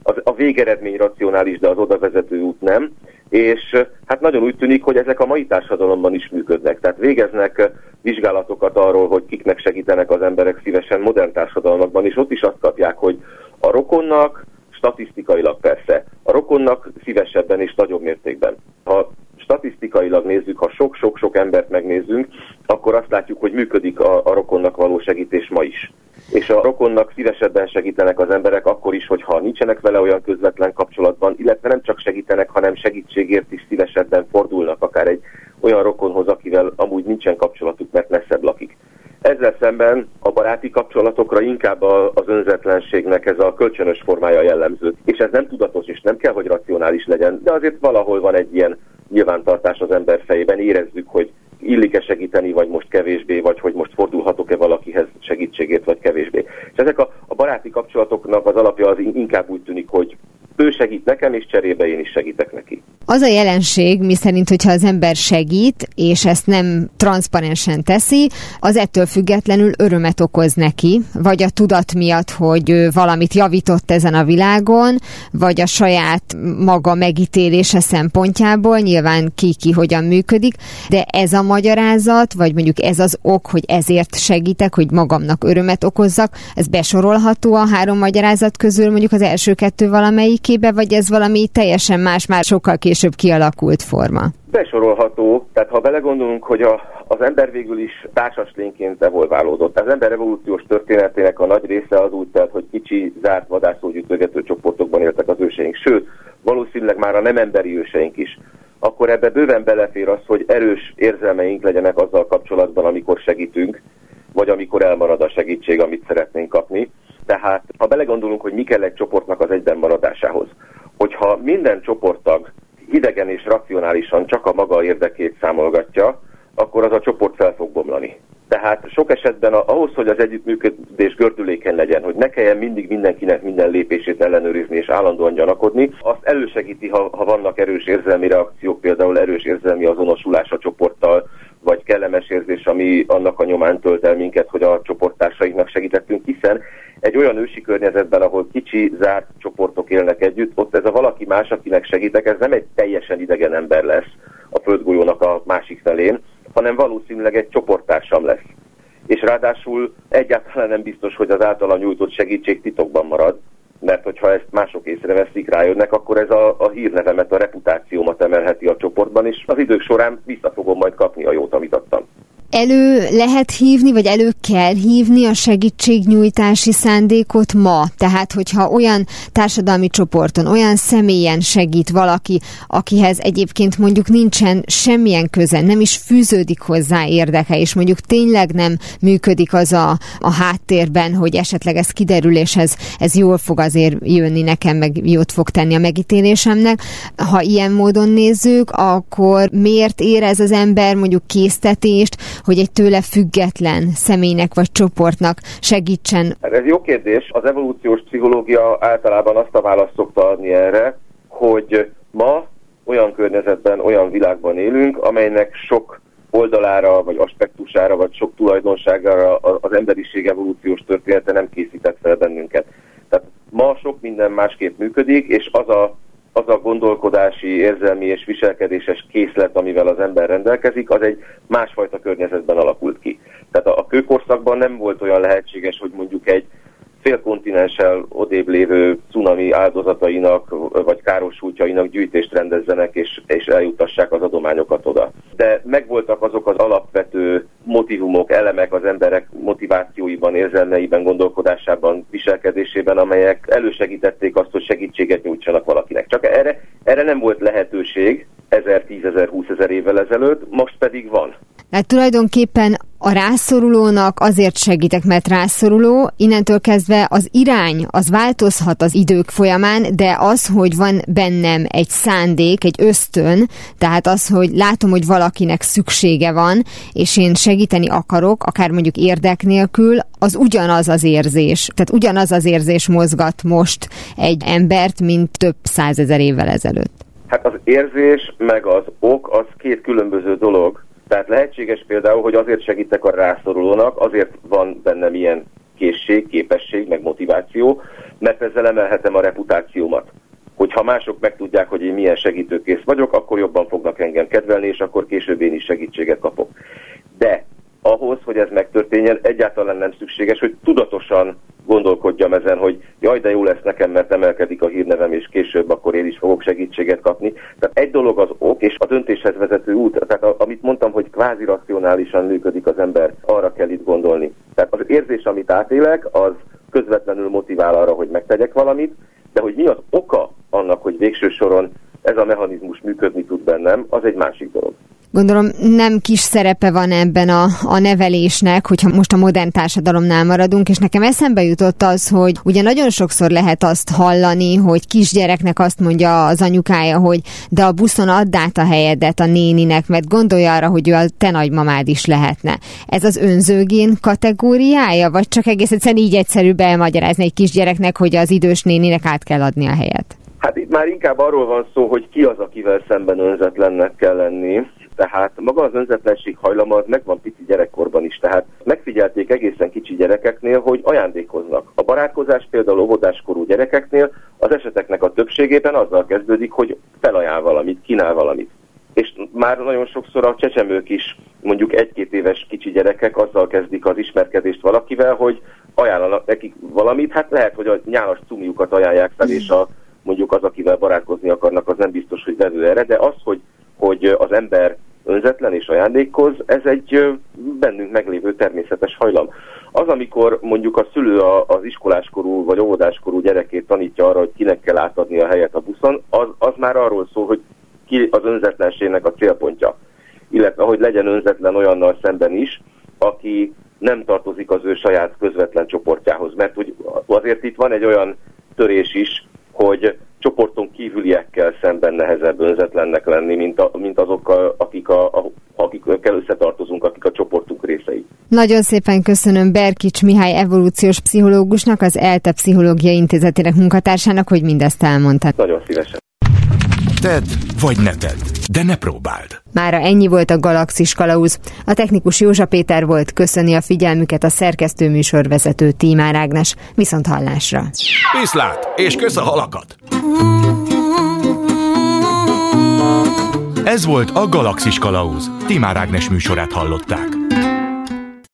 a végeredmény racionális, de az oda vezető út nem. És hát nagyon úgy tűnik, hogy ezek a mai társadalomban is működnek. Tehát végeznek vizsgálatokat arról, hogy kiknek segítenek az emberek szívesen modern társadalmakban, és ott is azt kapják, hogy a rokonnak, statisztikailag persze, a rokonnak szívesebben és nagyobb mértékben. Ha statisztikailag nézzük, ha sok-sok embert megnézzünk, akkor azt látjuk, hogy működik a rokonnak való segítés ma is. És a rokonnak szívesebben segítenek az emberek akkor is, hogyha nincsenek vele olyan közvetlen kapcsolatban, illetve nem csak segítenek, hanem segítségért is szívesebben fordulnak akár egy olyan rokonhoz, akivel amúgy nincsen kapcsolatuk, mert messzebb lakik. Ezzel szemben a baráti kapcsolatokra inkább az önzetlenségnek ez a kölcsönös formája jellemző. És ez nem tudatos, és nem kell, hogy racionális legyen, de azért valahol van egy ilyen nyilvántartás az ember fejében, érezzük, hogy illik-e segíteni, vagy most kevésbé, vagy hogy most fordulhatok-e valakihez segítségért, vagy kevésbé. És ezek a baráti kapcsolatoknak az alapja az inkább úgy tűnik, hogy ő segít nekem, és cserébe én is segítek neki. Az a jelenség, miszerint, hogyha az ember segít, és ezt nem transzparensen teszi, az ettől függetlenül örömet okoz neki, vagy a tudat miatt, hogy ő valamit javított ezen a világon, vagy a saját maga megítélése szempontjából, nyilván ki hogyan működik, de ez a magyarázat, vagy mondjuk ez az ok, hogy ezért segítek, hogy magamnak örömet okozzak, ez besorolható a 3 magyarázat közül, mondjuk az első 2 valamelyikébe, vagy ez valami teljesen más, már sokkal később kialakult forma? Besorolható, tehát ha belegondolunk, hogy az ember végül is társas lényként evolválódott. Az ember evolúciós történetének a nagy része az úgy telt, hogy kicsi, zárt vadászógyűjtögető csoportokban éltek az őseink, sőt, valószínűleg már a nem emberi őseink is. Akkor ebbe bőven belefér az, hogy erős érzelmeink legyenek azzal kapcsolatban, amikor segítünk, vagy amikor elmarad a segítség, amit szeretnénk kapni. Tehát, ha belegondolunk, hogy mi kell egy csoportnak az egyben maradásához, hogyha minden csoporttag hidegen és racionálisan csak a maga érdekét számolgatja, akkor az a csoport fel fog bomlani. Tehát sok esetben ahhoz, hogy az együttműködés gördülékeny legyen, hogy ne kelljen mindig mindenkinek minden lépését ellenőrizni és állandóan gyanakodni, azt elősegíti, ha vannak erős érzelmi reakciók, például erős érzelmi azonosulás a csoporttal, vagy kellemes érzés, ami annak a nyomán tölt el minket, hogy a csoporttársainknak segítettünk, hiszen egy olyan ősi környezetben, ahol kicsi, zárt csoportok élnek együtt, ott ez a valaki más, akinek segítek, ez nem egy teljesen idegen ember lesz a földgolyónak a másik felén, hanem valószínűleg egy csoporttársam lesz. És ráadásul egyáltalán nem biztos, hogy az általa nyújtott segítség titokban marad, mert hogyha ezt mások észreveszik, rájönnek, akkor ez a hírnevemet, a reputációmat emelheti a csoportban, és az idők során vissza fogom majd kapni a jót, amit adtam. Elő lehet hívni, vagy elő kell hívni a segítségnyújtási szándékot ma? Tehát, hogyha olyan társadalmi csoporton, olyan személyen segít valaki, akihez egyébként mondjuk nincsen semmilyen köze, nem is fűződik hozzá érdeke, és mondjuk tényleg nem működik az a háttérben, hogy esetleg ez kiderül, és ez jól fog azért jönni nekem, meg jót fog tenni a megítélésemnek. Ha ilyen módon nézzük, akkor miért érez az ember mondjuk késztetést, hogy egy tőle független személynek vagy csoportnak segítsen? Ez jó kérdés. Az evolúciós pszichológia általában azt a választ szokta adni erre, hogy ma olyan környezetben, olyan világban élünk, amelynek sok oldalára, vagy aspektusára, vagy sok tulajdonságára az emberiség evolúciós története nem készített fel bennünket. Tehát ma sok minden másképp működik, és az a gondolkodási, érzelmi és viselkedéses készlet, amivel az ember rendelkezik, az egy másfajta környezetben alakult ki. Tehát a kőkorszakban nem volt olyan lehetséges, hogy mondjuk egy félkontinenssel odébb lévő cunami áldozatainak vagy károsultjainak gyűjtést rendezzenek és eljutassák az adományokat oda. De megvoltak azok az alapvető motivumok, elemek az emberek motivációiban, érzelmeiben, gondolkodásában, viselkedésében, amelyek elősegítették azt, hogy segítséget nyújtsanak valakinek. Csak erre nem volt lehetőség 1000, 10.000, 20.000 évvel ezelőtt, most pedig van. Tehát tulajdonképpen a rászorulónak azért segítek, mert rászoruló, innentől kezdve az irány, az változhat az idők folyamán, de az, hogy van bennem egy szándék, egy ösztön, tehát az, hogy látom, hogy valakinek szüksége van, és én segíteni akarok, akár mondjuk érdek nélkül, az ugyanaz az érzés. Tehát ugyanaz az érzés mozgat most egy embert, mint több 100 000 évvel ezelőtt. Hát az érzés meg az ok, az két különböző dolog. Tehát lehetséges például, hogy azért segítek a rászorulónak, azért van bennem ilyen készség, képesség, meg motiváció, mert ezzel emelhetem a reputációmat. Hogyha mások megtudják, hogy én milyen segítőkész vagyok, akkor jobban fognak engem kedvelni, és akkor később én is segítséget kapok. De ahhoz, hogy ez megtörténjen, egyáltalán nem szükséges, hogy tudatosan gondolkodjam ezen, hogy jaj, de jó lesz nekem, mert emelkedik a hírnevem, és később akkor én is fogok segítséget kapni. Tehát egy dolog az ok, és a döntéshez vezető út. Tehát amit mondtam, hogy kvázi racionálisan működik az ember, arra kell itt gondolni. Tehát az érzés, amit átélek, az közvetlenül motivál arra, hogy megtegyek valamit, de hogy mi az oka annak, hogy végső soron ez a mechanizmus működni tud bennem, az egy másik dolog. Gondolom nem kis szerepe van ebben a nevelésnek, hogyha most a modern társadalomnál maradunk, és nekem eszembe jutott az, hogy ugye nagyon sokszor lehet azt hallani, hogy kisgyereknek azt mondja az anyukája, hogy de a buszon add át a helyedet a néninek, mert gondolja arra, hogy ő a te nagymamád is lehetne. Ez az önzőgén kategóriája, vagy csak egész egyszerűen így egyszerűbb elmagyarázni egy kisgyereknek, hogy az idős néninek át kell adni a helyet? Hát itt már inkább arról van szó, hogy ki az, akivel szemben önzetlennek kell lenni. Tehát maga az önzetlenség hajlama az megvan pici gyerekkorban is. Tehát megfigyelték egészen kicsi gyerekeknél, hogy ajándékoznak. A barátkozás például óvodáskorú gyerekeknél az eseteknek a többségében azzal kezdődik, hogy felajánl valamit, kínál valamit. És már nagyon sokszor a csecsemők is, mondjuk 1-2 éves kicsi gyerekek azzal kezdik az ismerkedést valakivel, hogy ajánlanak nekik valamit. Hát lehet, hogy a nyálas cumiukat ajánlják fel, és mondjuk az, akivel barátkozni akarnak, az nem biztos, hogy vevő erre, de az, hogy az ember önzetlen és ajándékoz, ez egy bennünk meglévő természetes hajlam. Az, amikor mondjuk a szülő az iskoláskorú vagy óvodáskorú gyerekét tanítja arra, hogy kinek kell átadni a helyet a buszon, az már arról szól, hogy ki az önzetlenségnek a célpontja. Illetve, hogy legyen önzetlen olyannal szemben is, aki nem tartozik az ő saját közvetlen csoportjához. Mert azért itt van egy olyan törés is, hogy csoporton kívüliekkel szemben nehezebb önzetlennek lenni, mint azokkal, akikkel összetartozunk, akik a csoportunk részei. Nagyon szépen köszönöm Berkics Mihály evolúciós pszichológusnak, az ELTE Pszichológiai Intézetének munkatársának, hogy mindezt elmondtad. Nagyon szívesen. Tedd vagy ne tedd, de ne próbáld. Mára ennyi volt a Galaxis Kalauz. A technikus Józsa Péter volt, köszöni a figyelmüket a szerkesztő műsorvezető Tímár Ágnes. Viszont hallásra. Viszlát, és kösz a halakat! Ez volt a Galaxis Kalauz. Tímár Ágnes műsorát hallották.